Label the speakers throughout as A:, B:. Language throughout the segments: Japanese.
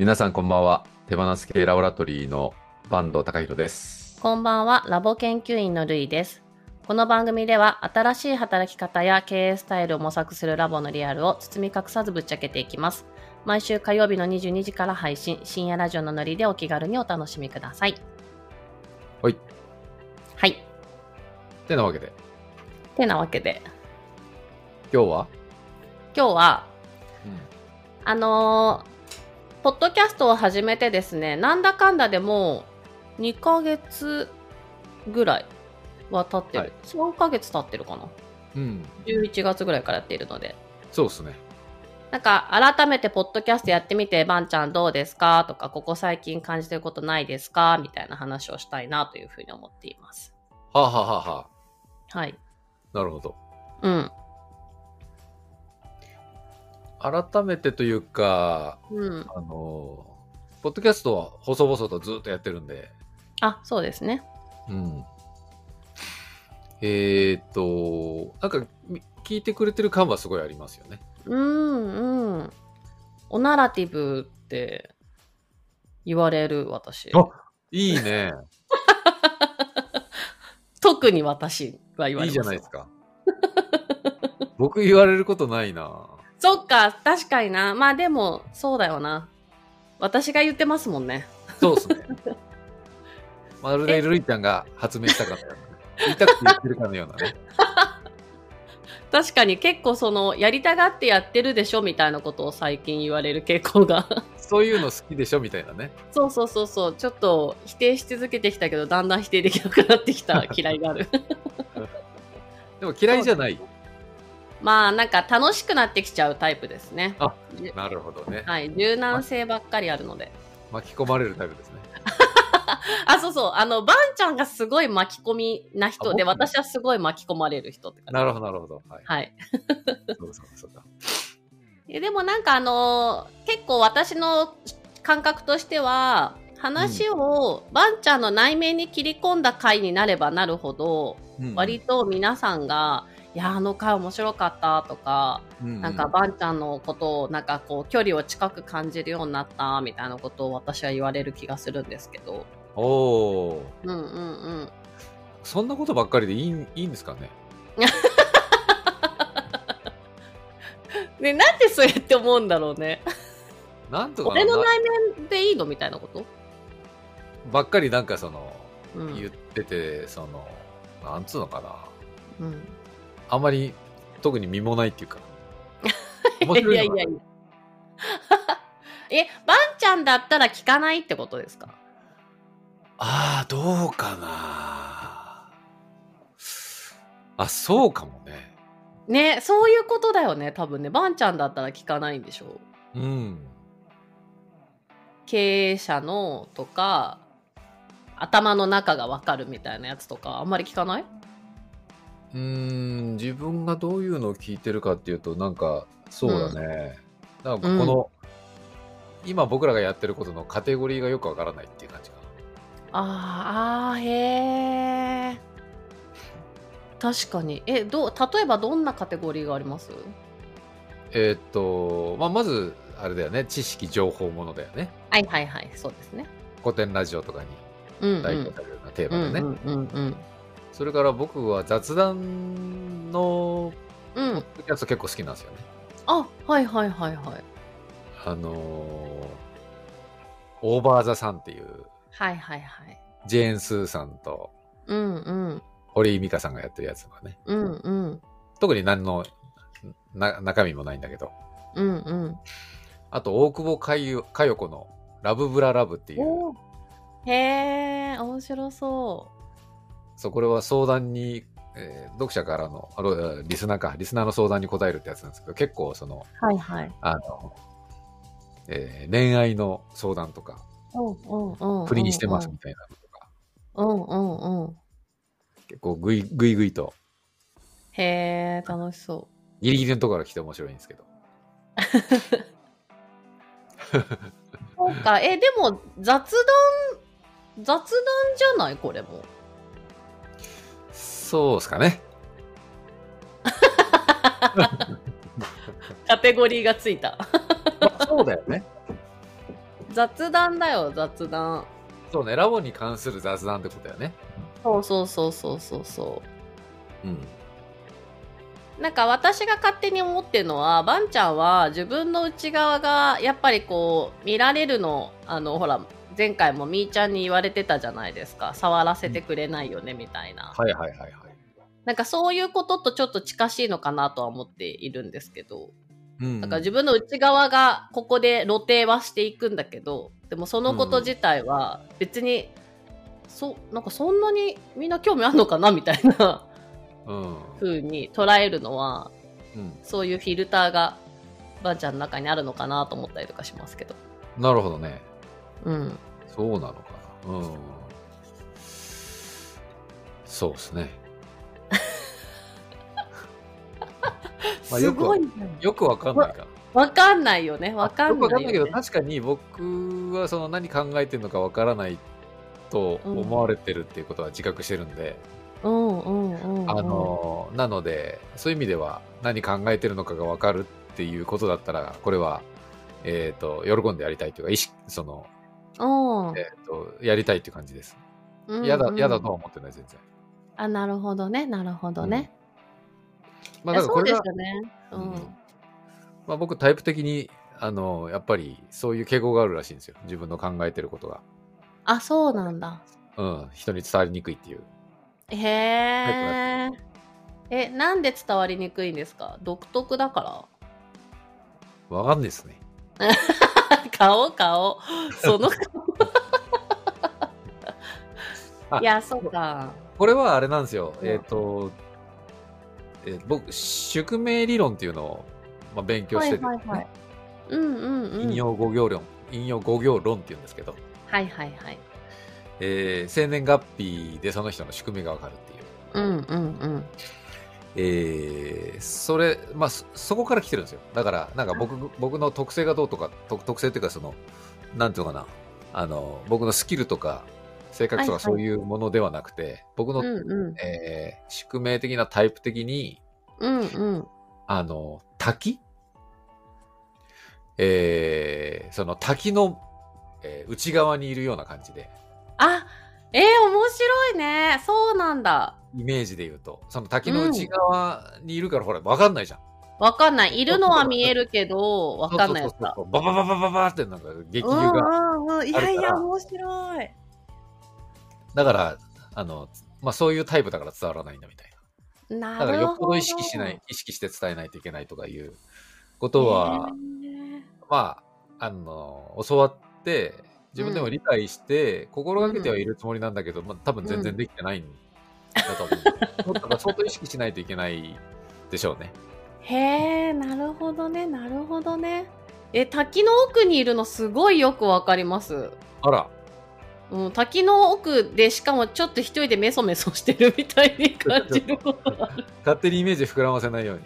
A: 皆さんこんばんは。手放す系ラボラトリーの坂東隆弘です。
B: こんばんは、ラボ研究員のるいです。この番組では新しい働き方や経営スタイルを模索するラボのリアルを包み隠さずぶっちゃけていきます。毎週火曜日の22時から配信、深夜ラジオのノリでお気軽にお楽しみください。
A: はい。
B: はい。
A: てなわけで。今日は、
B: ポッドキャストを始めてですね、なんだかんだでもう2ヶ月ぐらいは経ってる。
A: はい、
B: 3ヶ月経ってるかな。11月ぐらいからやっているので。
A: そうですね。
B: なんか改めてポッドキャストやってみて、ばんちゃんどうですかとか、ここ最近感じてることないですかみたいな話をしたいなというふうに思っています。
A: はあ、はあはは
B: あ、はい。
A: なるほど。
B: うん。
A: 改めてというか、ポッドキャストは細々とずっとやってるんで。
B: あ、そうですね。
A: うん。なんか聞いてくれてる感はすごいありますよね。
B: オナラティブって言われる私。
A: あ、いいね。
B: 特に私は言われます。いい
A: じゃないですか。僕言われることないな。
B: そっか、確かにな。まあでも、そうだよな。私が言ってますもんね。
A: そうですね。まるでルイちゃんが発明したかったような、言いたくて言ってるかのようなね。
B: 確かに結構やりたがってやってるでしょみたいなことを最近言われる傾向が。
A: そういうの好きでしょみたいなね。
B: そう。ちょっと否定し続けてきたけど、だんだん否定できなくなってきた嫌いがある。
A: でも嫌いじゃない。
B: まあなんか楽しくなってきちゃうタイプですね。
A: あ、なるほどね。
B: はい、柔軟性ばっかりあるので。
A: 巻き込まれるタイプですね。
B: あ、そう。ばんちゃんがすごい巻き込みな人で、私はすごい巻き込まれる人って感じ。
A: なるほど。
B: はい。
A: そうか。
B: でもなんか結構私の感覚としては、話をばんちゃんの内面に切り込んだ回になればなるほど、割と皆さんが、いや、あの回面白かったとか、なんかばんちゃんのことをなんかこう距離を近く感じるようになったみたいなことを私は言われる気がするんですけど。
A: おー。そんなことばっかりでいいんですかね。
B: ね、なんでそうやって思うんだろうね。
A: なんとか
B: 俺の内面でいいのみたいなこと
A: ばっかりなんか言ってて、なんつうのかな。あんまり特に身もないっていうか。面白いのかな。いや。
B: ばんちゃんだったら聞かないってことですか？
A: ああ、どうかな。あ、そうかもね。
B: ね、そういうことだよね、多分ね。ばんちゃんだったら聞かないんでしょう。経営者のとか、頭の中がわかるみたいなやつとか、あんまり聞かない？
A: 自分がどういうのを聞いてるかっていうと、なんか、そうだね。なんか今僕らがやってることのカテゴリーがよくわからないっていう感じか
B: な。へえ。確かに。例えばどんなカテゴリーがあります？
A: まず、あれだよね。知識、情報ものだよね。
B: はい。そうですね。
A: 古典ラジオとかに代表されるようなテーマでね。それから僕は雑談のポッドキャスト結構好きなんですよね。
B: あ、はい。
A: オーバーザさんっていう、
B: はい。
A: ジェーン・スーさんと、堀井美香さんがやってるやつがね。特に何の中身もないんだけど。あと、大久保佳代子のラブブララブっていう。
B: へー、面白そう。
A: そう、これは相談に、読者からのリスナーの相談に答えるってやつなんですけど、結構恋愛の相談とか、不倫してますみたいなのとか、結構グイグイと。
B: へー、楽しそう。
A: ギリギリのところから来て面白いんですけど。
B: そうか、でも雑談じゃないこれも。
A: そうっすかね。
B: カテゴリーがついた。
A: そうだよね。
B: 雑談だよ、雑談。
A: そうね、ラボに関する雑談ってことだよね。
B: そう。うん。なんか私が勝手に思ってるのは、バンちゃんは自分の内側がやっぱりこう見られるの、ほら、前回もみーちゃんに言われてたじゃないですか。触らせてくれないよね、みたいな。
A: はいはいはいはい。
B: なんかそういうこととちょっと近しいのかなとは思っているんですけど。だから自分の内側がここで露呈はしていくんだけど、でもそのこと自体は別に、なんかそんなにみんな興味あるのかなみたいな風に捉えるのは、そういうフィルターがばんちゃんの中にあるのかなと思ったりとかしますけど。
A: なるほどね。
B: うん。
A: そうなのかな。うん。そうですね。まあ、
B: すごい
A: よくわかんないか。
B: わかんないよね。わかんないよね。
A: よくわかんないけど、確かに僕はその何考えてるのかわからないと思われてるっていうことは自覚してるんで、なので、そういう意味では何考えてるのかがわかるっていうことだったら、これは、喜んでやりたいというか、やりたいっていう感じです。嫌だとは思ってない、全然。
B: あ、なるほどね、なるほどね。
A: まあ、だからこれが、
B: そうですよね。
A: まあ、僕タイプ的に、やっぱりそういう傾向があるらしいんですよ。自分の考えてることが。
B: あ、そうなんだ。
A: 人に伝わりにくいっていう。
B: へえ。なんで伝わりにくいんですか？独特だから？
A: わかんないですね。
B: 顔。その顔。いや、そうか。
A: これはあれなんですよ。僕、宿命理論っていうのを、まあ、勉強してて、ね。引用語行論っていうんですけど。
B: はい。
A: 生年月日でその人の宿命がわかるっていう。まあ、そこから来てるんですよ。だから、なんか僕の特性がどうとか、特性っていうか、なんていうのかな、僕のスキルとか、性格とかそういうものではなくて、僕の、宿命的なタイプ的に、滝その滝の、内側にいるような感じで。
B: あ、面白いね。そうなんだ。
A: イメージで言うと、その滝の内側にいるから、ほら、わかんないじゃん。
B: わかんない。いるのは見えるけど、わかんないやつだ。
A: ババってなんか激流が。
B: いや、面白い。
A: だから、まあ、そういうタイプだから伝わらないんだみたい
B: な。
A: だからよっぽど意識して伝えないといけないとかいうことは、まあ、教わって、自分でも理解して、心がけてはいるつもりなんだけど、まあ、多分全然できてないんだと思う。だから相当意識しないといけないでしょうね。
B: へー、なるほどね。滝の奥にいるのすごいよくわかります。
A: あら。
B: 滝の奥でしかもちょっと一人でメソメソしてるみたいに感じることがある。
A: 勝手にイメージ膨らませないように。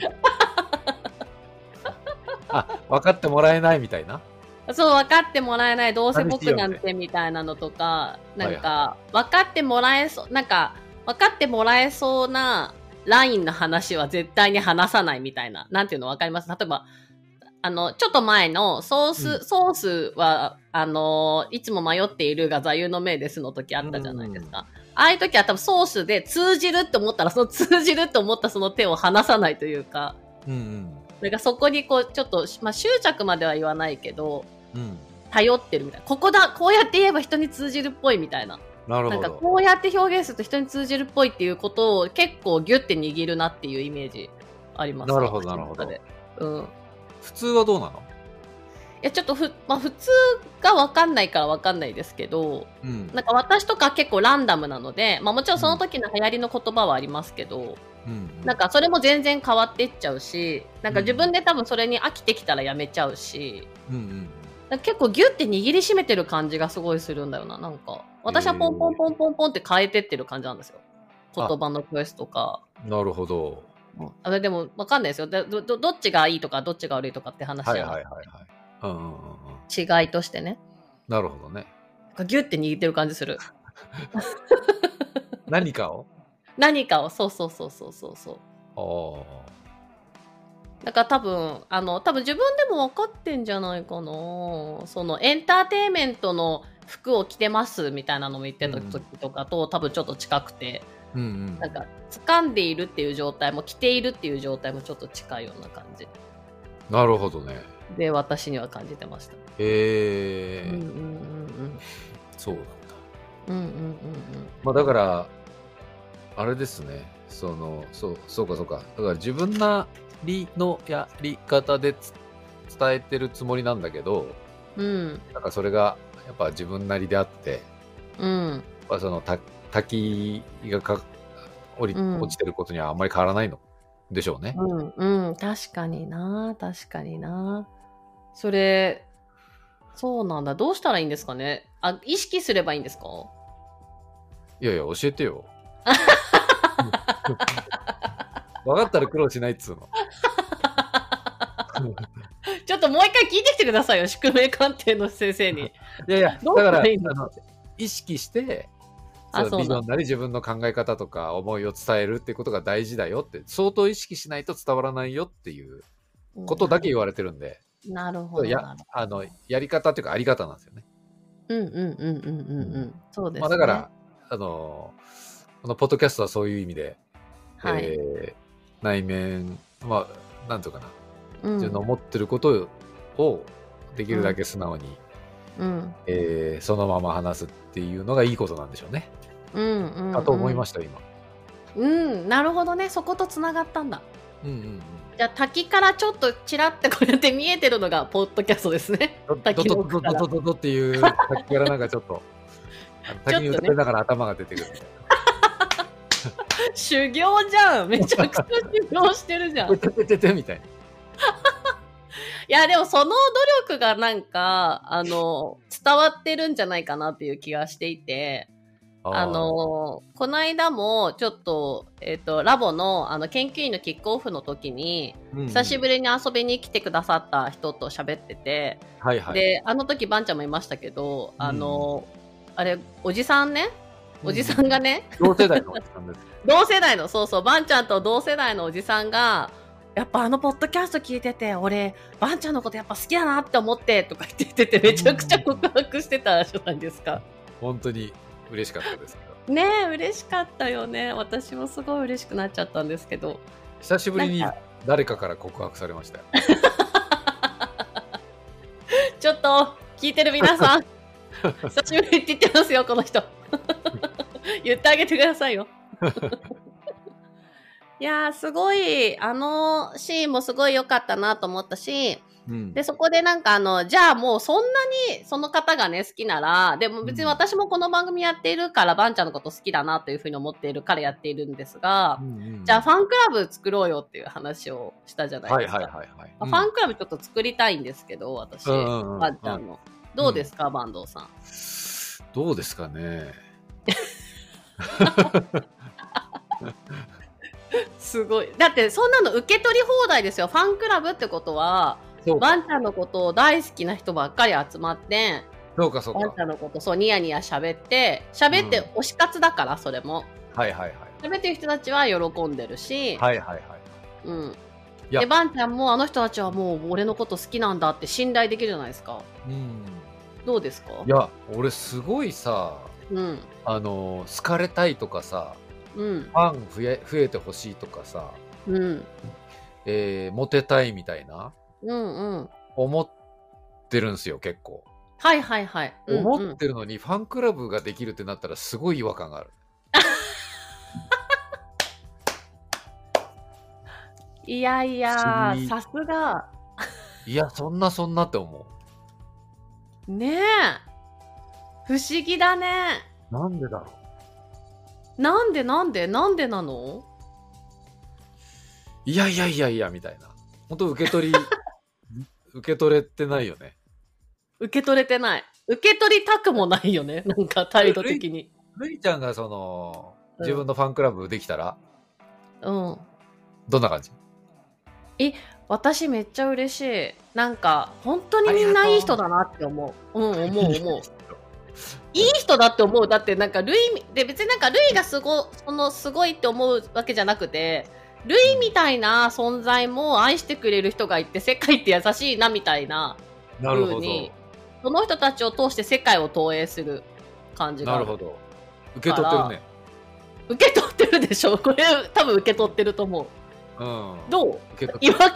A: 分かってもらえないみたいな。
B: そう、分かってもらえない。どうせ僕なんてみたいなのとか、なんか、分かってもらえそうなラインの話は絶対に話さないみたいな。なんていうの分かります？例えば、ちょっと前のソースは、いつも迷っているが座右の銘ですの時あったじゃないですか。ああいう時は多分ソースで通じるって思ったら、その手を離さないというか、なんかそこにこう、ちょっと、まあ、執着までは言わないけど、頼ってるみたいな。こうやって言えば人に通じるっぽいみたいな。
A: なるほど。
B: なんかこうやって表現すると人に通じるっぽいっていうことを結構ギュッて握るなっていうイメージあります。
A: なるほど。普通はどうなの？
B: いや、ちょっと普通が分かんないから分かんないですけど、なんか私とか結構ランダムなので、まあもちろんその時の流行りの言葉はありますけど、なんかそれも全然変わっていっちゃうし、なんか自分で多分それに飽きてきたらやめちゃうし、結構ギュッて握りしめてる感じがすごいするんだよな。なんか私はポンポンポンポンポンって変えてってる感じなんですよ。言葉のクエストとか。
A: なるほど。
B: でも分かんないですよ。どっちがいいとかどっちが悪いとかって話じゃない。違いとしてね。
A: なるほどね。
B: ギュッて握ってる感じする。
A: 何かを
B: そう。 だから多分自分でも分かってんじゃないかな。そのエンターテインメントの服を着てますみたいなのも言ってた時とかと、多分ちょっと近くて、なんか掴んでいるっていう状態も着ているっていう状態もちょっと近いような感じ。
A: なるほどね。
B: で、私には感じてました。
A: そうなんだ。まあだからあれですね。そうか。だから自分なりのやり方で伝えてるつもりなんだけど、なんかそれがやっぱ自分なりであって、やっぱその滝が落ちてることにはあんまり変わらないのでしょうね。
B: 確かにな。それ、そうなんだ。どうしたらいいんですかね。意識すればいいんですか？
A: いやいや、教えてよ。分かったら苦労しないっつうの。
B: ちょっともう一回聞いてきてくださいよ、宿命鑑定の先生に。
A: いやいや、だから意識して、ビジョンなり自分の考え方とか思いを伝えるっていうことが大事だよって、相当意識しないと伝わらないよっていうことだけ言われてるんで。
B: なるほど。
A: やり方っていうかあり方なんですよね。
B: そうですね。
A: まあだからこのポッドキャストはそういう意味で、内面、まあなんとかな、自分の思ってることをできるだけ素直に、そのまま話すっていうのがいいことなんでしょうね。だと思いました今。
B: なるほどね。そことつながったんだ。じゃあ滝からちょっとちらってこうやって見えてるのがポッドキャストですね。
A: 滝の奥からドドドっていう滝からなんかちょっと滝に打たれながら頭が出てくるみたいな。
B: 修行じゃん。めちゃくちゃ修行してるじゃん。
A: てみたいな。
B: いやでもその努力がなんか伝わってるんじゃないかなっていう気がしていて。この間もちょっと、ラボの研究員のキックオフの時に、久しぶりに遊びに来てくださった人と喋ってて、で時バンちゃんもいましたけど、あれおじさんがね、
A: 同世代のおじさんです。
B: 同世代のそうバンちゃんと同世代のおじさんが、やっぱポッドキャスト聞いてて、俺バンちゃんのことやっぱ好きだなって思ってとか言ってて、めちゃくちゃ告白してたじゃないですか。
A: 本当に嬉しかったですけど。
B: ねえ、嬉しかったよね。私もすごい嬉しくなっちゃったんですけど。
A: 久しぶりに誰かから告白されましたよ。
B: ちょっと聞いてる皆さん、久しぶりって言ってますよこの人。言ってあげてくださいよ。いやー、すごいシーンもすごい良かったなと思ったし、でそこでなんかじゃあもうそんなにその方がね好きなら、でも別に私もこの番組やっているからバンちゃんのこと好きだなというふうに思っているからやっているんですが、じゃあファンクラブ作ろうよっていう話をしたじゃないですか。ファンクラブちょっと作りたいんですけど、私バンちゃんの、どうですか、坂東さん。
A: どうですかね。
B: すごい。だってそんなの受け取り放題ですよ。ファンクラブってことはバンちゃんのことを大好きな人ばっかり集まって、バンちゃんのことニヤニヤ喋って推し活だから、それも喋ってる人たちは喜んでるし、でバンちゃんもあの人たちはもう俺のこと好きなんだって信頼できるじゃないですか。どうですか？
A: いや俺すごいさ、好かれたいとかさ、ファン増えてほしいとかさ、モテたいみたいな、思ってるんすよ結構。思ってるのにファンクラブができるってなったらすごい違和感がある。
B: いやいや、さすが。
A: いやそんなって思
B: う。ねえ、不思議だね。
A: なんでだろ
B: う。なんでなの？
A: いやみたいな。本当受け取れてないよね。
B: 受け取れてない。受け取りたくもないよね。なんか態度的に。
A: るいちゃんが自分のファンクラブできたら、どんな感じ？
B: 私めっちゃ嬉しい。なんか本当にみんないい人だなって思う。思う。いい人だって思う。だってなんかルイで別になんかルイがすごいって思うわけじゃなくて、 ルイみたいな存在も愛してくれる人がいて、世界って優しいなみたいな風に、その人たちを通して世界を投影する感じがある。
A: なるほど。受け取ってるね。
B: 受け取ってるでしょ。これ多分受け取ってると思う。うん。どう？違和感。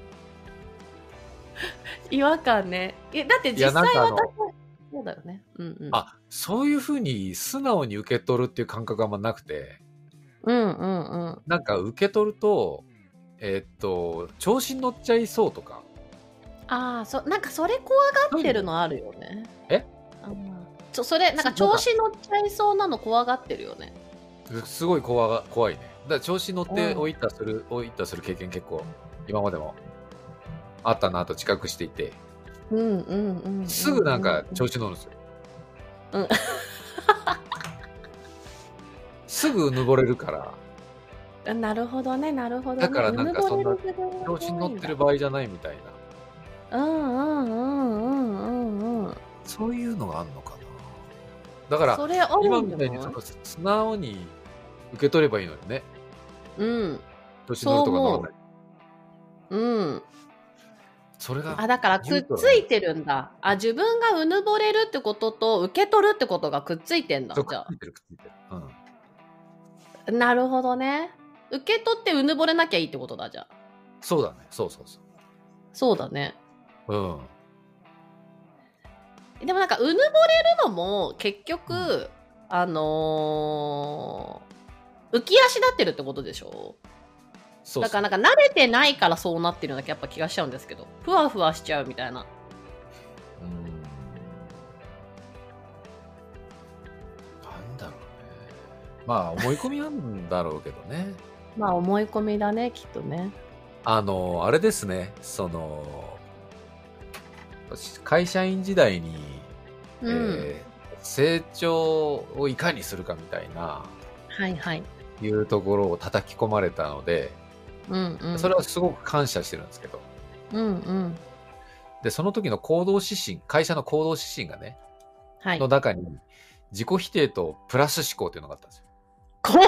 B: 違和感ね。だって実際私そうだよね。うんうん。
A: あ、そういう風に素直に受け取るっていう感覚があんまなくて。
B: うんうんうん。
A: なんか受け取ると、調子に乗っちゃいそうとか。
B: ああ、なんかそれ怖がってるのあるよね。それ、なんか調子乗っちゃいそうなの怖がってるよね。
A: すごい怖いね。だから調子乗っておいたする経験結構今までもあったなと自覚していて。すぐなんか調子乗るんですよ。うん。すぐうぬぼれるから。
B: なるほどね、なるほどね。
A: だからなんかそんな調子に乗ってる場合じゃないみたいな。そういうのがあるのかな。だから今みたいに素直に受け取ればいいのにね。
B: うん。
A: 調子乗るとか乗らない。
B: うん。
A: それが
B: だからくっついてるんだ。自分がうぬぼれるってことと受け取るってことがくっついてんだ。じゃあ。
A: くっついてる。
B: なるほどね。受け取ってうぬぼれなきゃいいってことだ、じゃあ。
A: そうだね。そう。
B: そうだね。
A: うん。
B: でもなんかうぬぼれるのも結局、浮き足立ってるってことでしょ。そう。だからなんか慣れてないからそうなってるようなやっぱ気がしちゃうんですけど、ふわふわしちゃうみたいな。
A: なんだろうね。まあ思い込みなんだろうけどね。
B: まあ思い込みだね、きっとね。
A: あれですね。会社員時代に、成長をいかにするかみたいな、いうところを叩き込まれたので、それはすごく感謝してるんですけど、でその時の行動指針、会社の行動指針がね、の中に自己否定とプラス思考っていうのがあったんですよ。
B: 怖い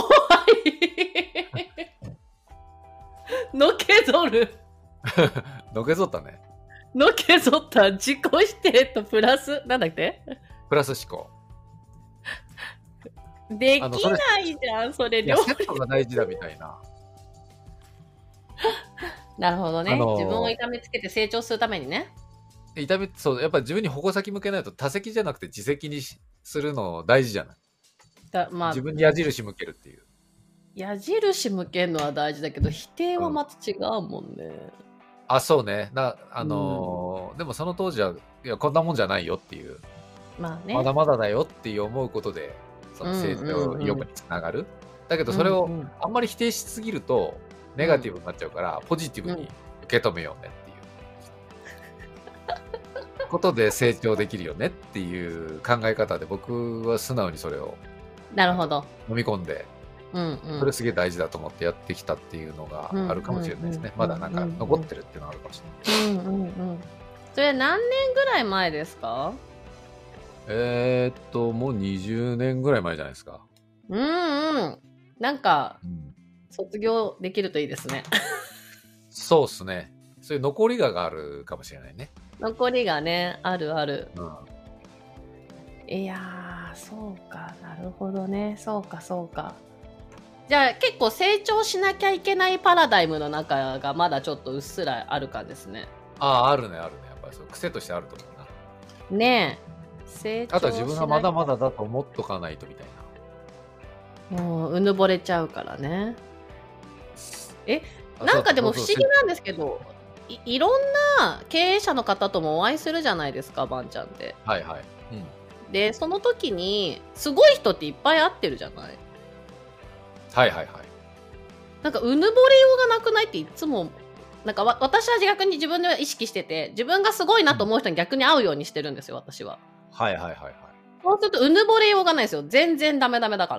B: のけぞる
A: のけぞったね。
B: のけぞった。自己否定とプラスなんだっけ？
A: プラス思考。
B: できないじゃん、それ
A: 両方。セットが大事だみたいな。
B: なるほどね。自分を痛めつけて成長するためにね。
A: そう、やっぱ自分に矛先向けないと他責じゃなくて自責にするの大事じゃない。自分に矢印向けるっていう。
B: 矢印向けるのは大事だけど、否定はまた違うもんね。
A: そうね。でもその当時は、いや、こんなもんじゃないよっていう。
B: まあね。
A: まだまだだよっていう思うことで、その成長意欲につながる。だけどそれをあんまり否定しすぎると、ネガティブになっちゃうから、ポジティブに受け止めようねっていうことで成長できるよねっていう考え方で、僕は素直にそれを
B: なるほど
A: 飲み込んで、それすげえ大事だと思ってやってきたっていうのがあるかもしれないですね。まだなんか残ってるっていうのがあるかもしれない。
B: それ何年ぐらい前ですか？
A: もう20年ぐらい前じゃないですか。
B: なんか、卒業できるといいですね。
A: そうっすね。そういう残りがあるかもしれないね。
B: 残りがね、あるある。いやー、そうか、なるほどね。そうか。じゃあ結構成長しなきゃいけないパラダイムの中がまだちょっとうっすらある感ですね。
A: あるね。やっぱりそう癖としてあると思うな。
B: ねえ。成長
A: あとは自分がまだまだだと思っとかないとみたい
B: な。もううぬぼれちゃうからね。なんかでも不思議なんですけど、いろんな経営者の方ともお会いするじゃないですか、バンちゃんって。で、その時にすごい人っていっぱい会ってるじゃない。なんかうぬぼれようがなくないっていつもなんか私は逆に自分で意識してて、自分がすごいなと思う人に逆に会うようにしてるんですよ、私は。そうするとうぬぼれようがないですよ。全然ダメだから。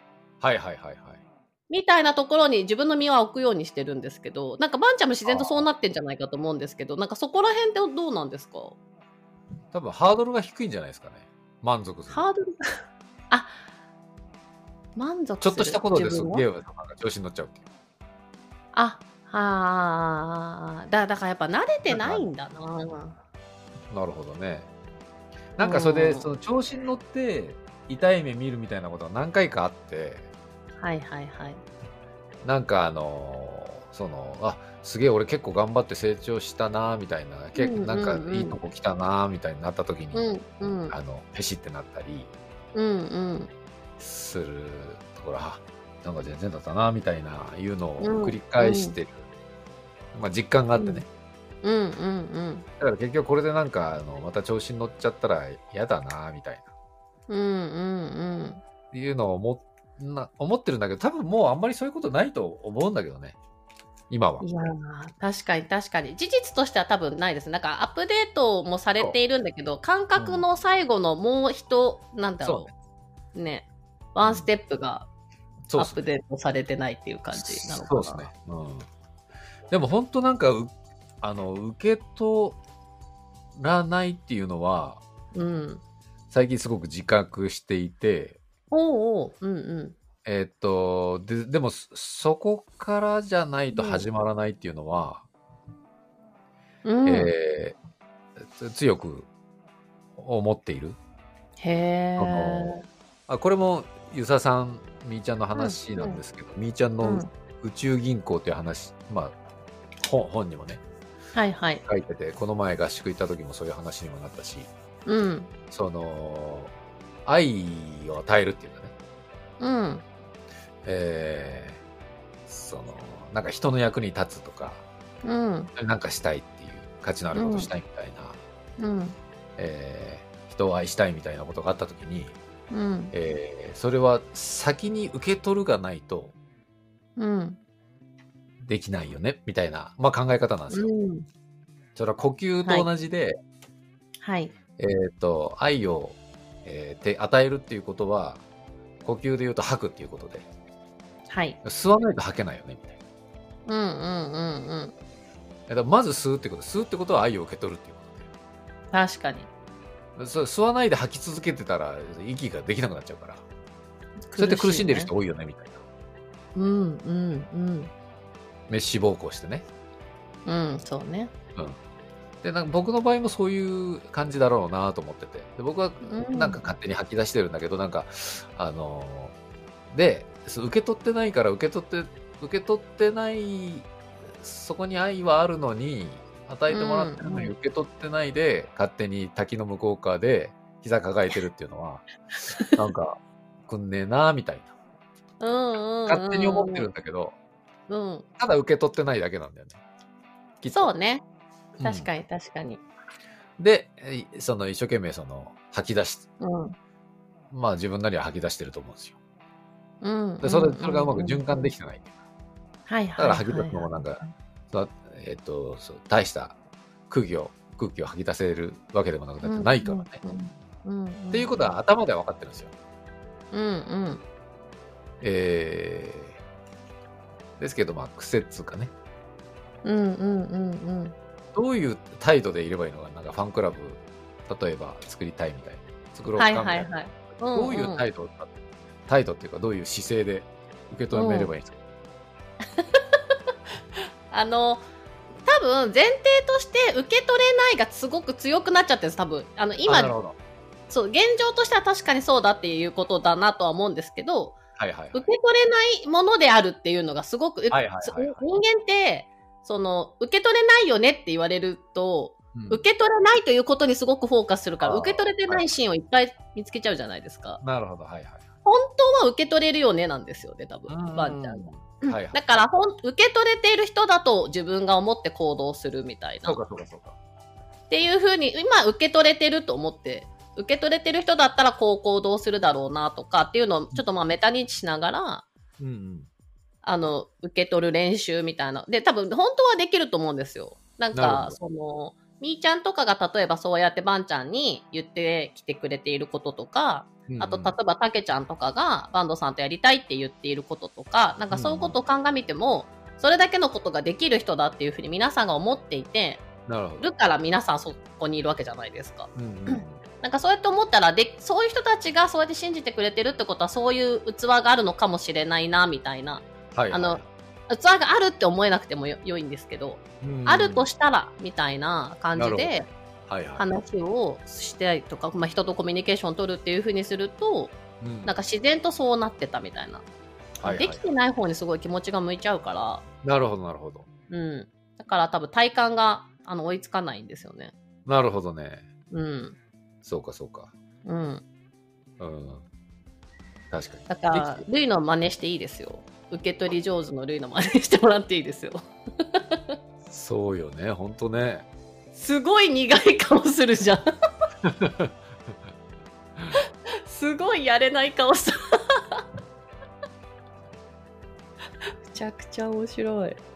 B: みたいなところに自分の身を置くようにしてるんですけど、なんかバンちゃんも自然とそうなってんじゃないかと思うんですけど、なんかそこら辺ってどうなんですか？
A: 多分ハードルが低いんじゃないですかね。満足する。
B: ハードル満足する。
A: ちょっとしたことですっげえ調子に乗っちゃうっていう。
B: あ、だからやっぱ慣れてないんだな。
A: なるほどね。なんかそれで、その調子に乗って痛い目見るみたいなことが何回かあって、
B: はいはいはい。
A: なんかすげえ俺結構頑張って成長したなみたいな、なんかいいとこ来たなみたいになった時に、ペシってなったりするところ、なんか全然だったなみたいないうのを繰り返してる、まあ実感があってね。だから結局これでなんかまた調子に乗っちゃったら嫌だなみたいな、いうのを思ってるんだけど、多分もうあんまりそういうことないと思うんだけどね、今は。
B: いや確かに確かに。事実としては多分ないです。なんかアップデートもされているんだけど、感覚の最後のもうなんだろう。ね。ワンステップがアップデートされてないっていう感じなのかな。そうですね。
A: でも本当なんか、受け取らないっていうのは、最近すごく自覚していて、でもそこからじゃないと始まらないっていうのは、強く思っている。
B: へ
A: ー。これも遊佐さん、みーちゃんの話なんですけど、みーちゃんの宇宙銀行っていう話、まあ本にもね、書いてて、この前合宿行った時もそういう話にもなったし、その愛を与えるっていうかね、なんか人の役に立つとか、なんかしたいっていう価値のあることしたいみたいな、人を愛したいみたいなことがあった時に、それは先に受け取るがないとできないよねみたいな、まあ、考え方なんですよ。それは呼吸と同じで、愛を、与えるっていうことは呼吸で言うと吐くっていうことで、吸わないと吐けないよねみたいな。だからまず吸うってことは愛を受け取るっていうことで。
B: 確かに。
A: 吸わないで吐き続けてたら息ができなくなっちゃうから、そうやって苦しんでる人多いよねみたいな。滅私暴行してね。
B: そうね。
A: でなんか僕の場合もそういう感じだろうなと思ってて、で僕はなんか勝手に吐き出してるんだけど、なんかで受け取ってないから、受け取ってない、そこに愛はあるのに、与えてもらってるのに受け取ってないで、勝手に滝の向こう側で膝抱えてるっていうのはなんかくんねえなみたいな、勝手に思ってるんだけど、ただ受け取ってないだけなんだよね。
B: そうね。確かに確かに。
A: で、その一生懸命吐き出し、まあ自分なりは吐き出してると思うんですよ。それがうまく循環できてない。だから吐き出すのもなんか、大した空気を吐き出せるわけでもなくなってないからね。っていうことは頭では分かってるんですよ。ですけど、まあ癖っつうかね。どういう態度でいればいいのか、なんかファンクラブ例えば作りたいみたいな、作ろうかみたいな、どういう態度っていうか、どういう姿勢で受け止めればいいんですか？
B: 多分前提として受け取れないがすごく強くなっちゃってるんです。多分今そう現状としては確かにそうだっていうことだなとは思うんですけど、受け取れないものであるっていうのがすごく、人間って受け取れないよねって言われると、受け取れないということにすごくフォーカスするから、受け取れてないシーンをいっぱい見つけちゃうじゃないですか。
A: なるほど。
B: 本当は受け取れるよねなんですよね、多分バンちゃんが。だから受け取れている人だと自分が思って行動するみたいな。
A: そうか。
B: っていうふうに今受け取れてると思って、受け取れてる人だったらこう行動するだろうなとかっていうのをちょっとまあメタ認知しながら、受け取る練習みたいな。で、多分本当はできると思うんですよ。なんかみーちゃんとかが例えばそうやってバンちゃんに言ってきてくれていることとか、あと例えばたけちゃんとかがバンドさんとやりたいって言っていることとか、なんかそういうことを鑑みても、それだけのことができる人だっていうふうに皆さんが思っていてるから皆さんそこにいるわけじゃないですか。なんかそうやって思ったらそういう人たちがそうやって信じてくれてるってことはそういう器があるのかもしれないなみたいな、 器があるって思えなくても良いんですけど、あるとしたらみたいな感じで話をしたりとか、まあ、人とコミュニケーションを取るっていう風にすると、なんか自然とそうなってたみたいな、できてない方にすごい気持ちが向いちゃうから。
A: なるほどなるほど。
B: だから多分体感が追いつかないんですよね。
A: なるほどね。そうかそうか。確かに。
B: だからルイの真似していいですよ。受け取り上手のルイの真似してもらっていいですよ。
A: そうよね、ほんとね。
B: すごい苦い顔するじゃん。すごいやれない顔した。めちゃくちゃ面白い。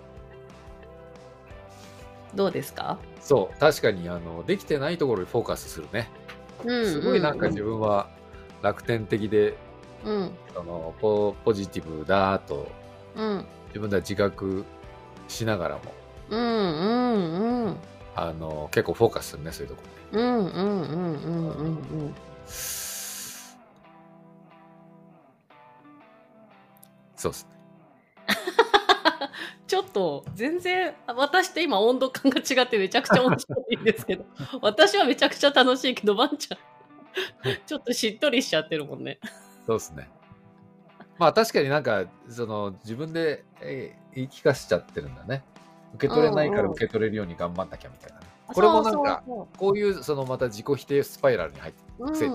B: どうですか？
A: そう、確かにできてないところにフォーカスするね。すごいなんか自分は楽天的で、ポジティブだと、自分では自覚しながらも、結構フォーカスするね、そういうところね。そうっすね。
B: ちょっと全然私と今温度感が違ってめちゃくちゃ面白いんですけど、私はめちゃくちゃ楽しいけど、バンちゃんちょっとしっとりしちゃってるもんね。
A: そうっすね。まあ確かになんか自分で、言い聞かせちゃってるんだね。受け取れないから受け取れるように頑張んなきゃみたいなね。これもなんかこういうまた自己否定スパイラルに入ってる癖。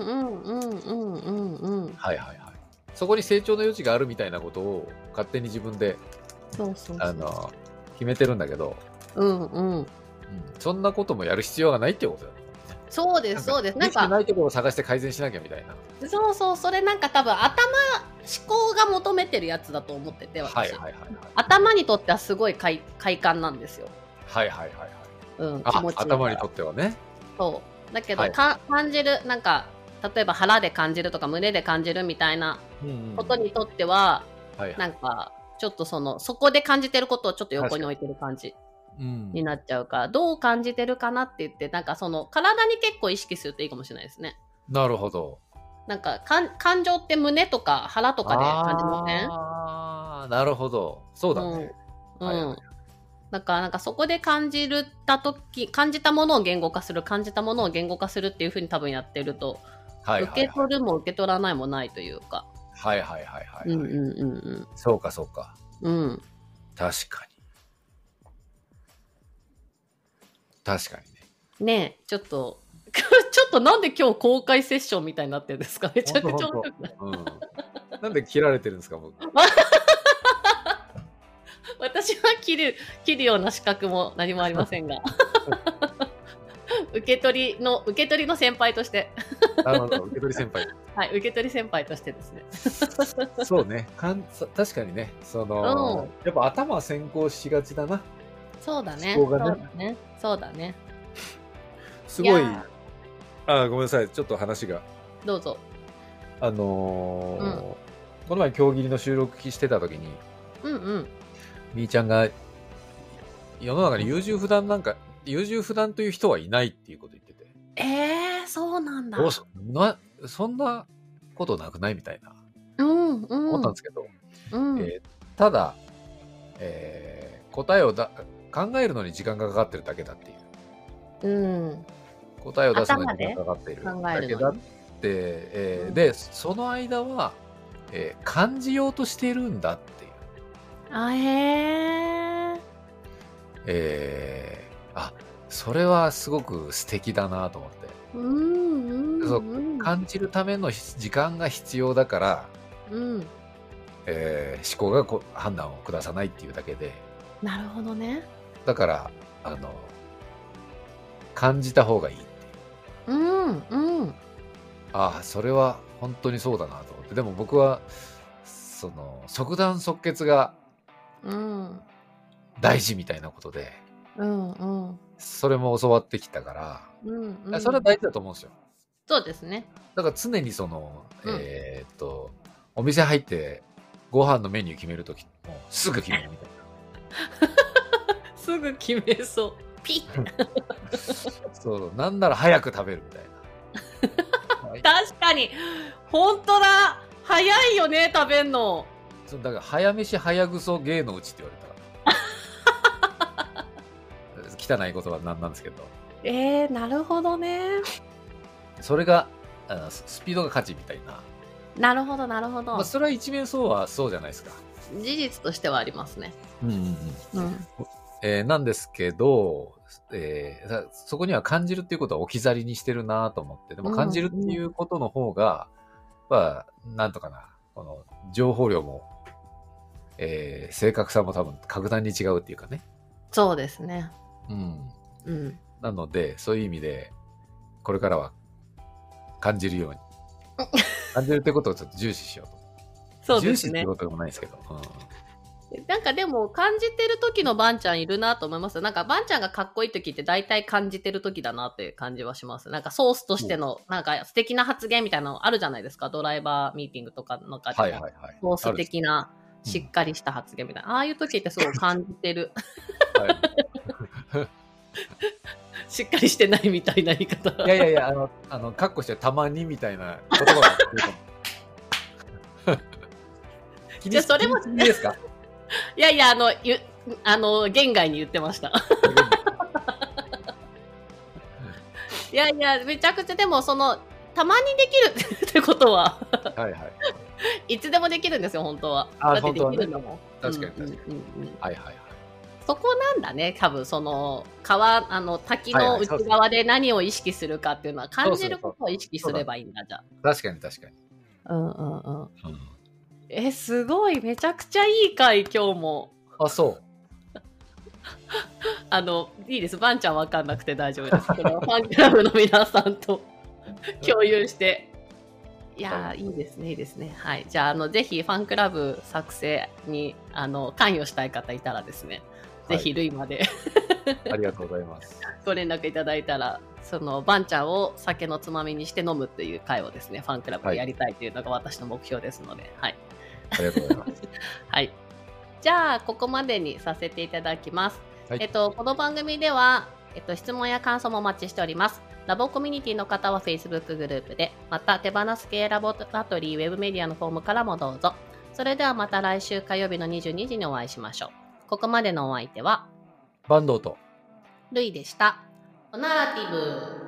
A: はいはいはい。そこに成長の余地があるみたいなことを勝手に自分で決めてるんだけど、そんなこともやる必要がないってことだよね。
B: そうですそうです。
A: なんかできてないところを探して改善しなきゃみたいな。
B: そうそう、それなんか多分思考が求めてるやつだと思ってて、私。頭にとってはすごい快感なんですよ。
A: はいはいはいはい。気持ちいい。頭にとってはね。
B: そう。だけど、感じるなんか例えば腹で感じるとか胸で感じるみたいなことにとっては、なんかちょっとそこで感じてることをちょっと横に置いてる感じになっちゃうから、どう感じてるかなって言って、なんか体に結構意識するといいかもしれないですね。な
A: るほど。
B: なんか感情って胸とか腹とかで感じません？
A: ああ、なるほど。そうだね。
B: だからなんかそこで感じたものを言語化する、感じたものを言語化するっていう風に多分やってると、受け取るも受け取らないもないというか。
A: はいはいはいはい。そうかそうか。確かに。確かに
B: ね。ねえ、ちょっとなんで今日公開セッションみたいになってるんですか？めちゃくちゃ面白くない？
A: なんで切られてるんですか、僕。
B: 私は切るような資格も何もありませんが。受け取りの先輩として。
A: なるほど、受け取り先輩。
B: はい、受け取り先輩としてですね。
A: そうね、確かにね、やっぱ頭先行しがちだな。
B: そうだね。そうだね。
A: すごい。ごめんなさい、ちょっと話が。
B: どうぞ。
A: この前競技の収録してた時に、みーちゃんが世の中に優柔不断という人はいないっていうこと言ってて。
B: そうなんだ。
A: そんなことなくないみたいな。思ったんですけど、ただ、答えを考えるのに時間がかかってるだけだっていう。答えを出すのに時間がかかっているだけだって、でその間は、感じようとしているんだっていう。それはすごく素敵だなと思って。感じるための時間が必要だから、思考が判断を下さないっていうだけで。
B: なるほどね。
A: だから感じた方がいいっていう。それは本当にそうだなと思って。でも僕は即断即決が大事みたいなことで、それも教わってきたから、それは大事だと思うんですよ。
B: そうですね。
A: だから常にお店入ってご飯のメニュー決めるときもすぐ決めるみたいな。
B: すぐ決めそう。ピッ
A: そう、なんなら早く食べるみたいな。
B: 確かに本当だ、早いよね食べんの。
A: だから早飯早ぐそ芸のうちって言われたら汚い言葉なんですけど。
B: なるほどね。
A: それがスピードが勝ちみたいな。
B: なるほどなるほど。
A: それは一面そうじゃないですか。
B: 事実としてはありますね。
A: なんですけど、そこには感じるっていうことは置き去りにしてるなと思って、でも感じるっていうことの方が、なんとかな、この情報量も、正確さも多分格段に違うっていうかね。
B: そうですね。
A: なので、そういう意味で、これからは感じるように。感じるってことをちょっと重視しようと。
B: そうですね。
A: 重視ってことでもないですけど。
B: なんかでも感じてる時のバンちゃんいるなと思います。なんかバンちゃんがかっこいい時って大体感じてる時だなっていう感じはします。なんかソースとしてのなんか素敵な発言みたいなのあるじゃないですか。ドライバーミーティングとかの中でも。ソース的なしっかりした発言みたいな。ああいう時ってすごい感じてる。しっかりしてないみたいな言い方。
A: いやいや、カッコしてたまにみたいな言葉が
B: じゃあそれも
A: いいですか？
B: いやいや、言外に言ってました。いやいや、めちゃくちゃ、でも、たまにできるってことは、いつでもできるんですよ、本当は。だってできるんだもん。
A: 確かに。
B: そこなんだね、多分、滝の内側で何を意識するかっていうのは、感じることを意識すればいいんだ、じゃあ。
A: 確かに。
B: すごい、めちゃくちゃいい回、今日も。
A: そう。
B: いいです。バンちゃんわかんなくて大丈夫です。これはファンクラブの皆さんと共有して。いやー、いいですね、いいですね。はい。じゃあ、ぜひファンクラブ作成に、関与したい方いたらですね、ぜひ、類まで
A: ありがとうございます。
B: ご連絡いただいたら、バンちゃんを酒のつまみにして飲むっていう会をですね、ファンクラブでやりたいというのが私の目標ですので、はい。
A: ありがとうございます。
B: はい。じゃあ、ここまでにさせていただきます。この番組では、質問や感想もお待ちしております。ラボコミュニティの方は Facebook グループで、また手放す系ラボラトリーウェブメディアのフォームからもどうぞ。それではまた来週火曜日の22時にお会いしましょう。ここまでのお相手は、
A: バンドと
B: ルイでした。オナラティブ。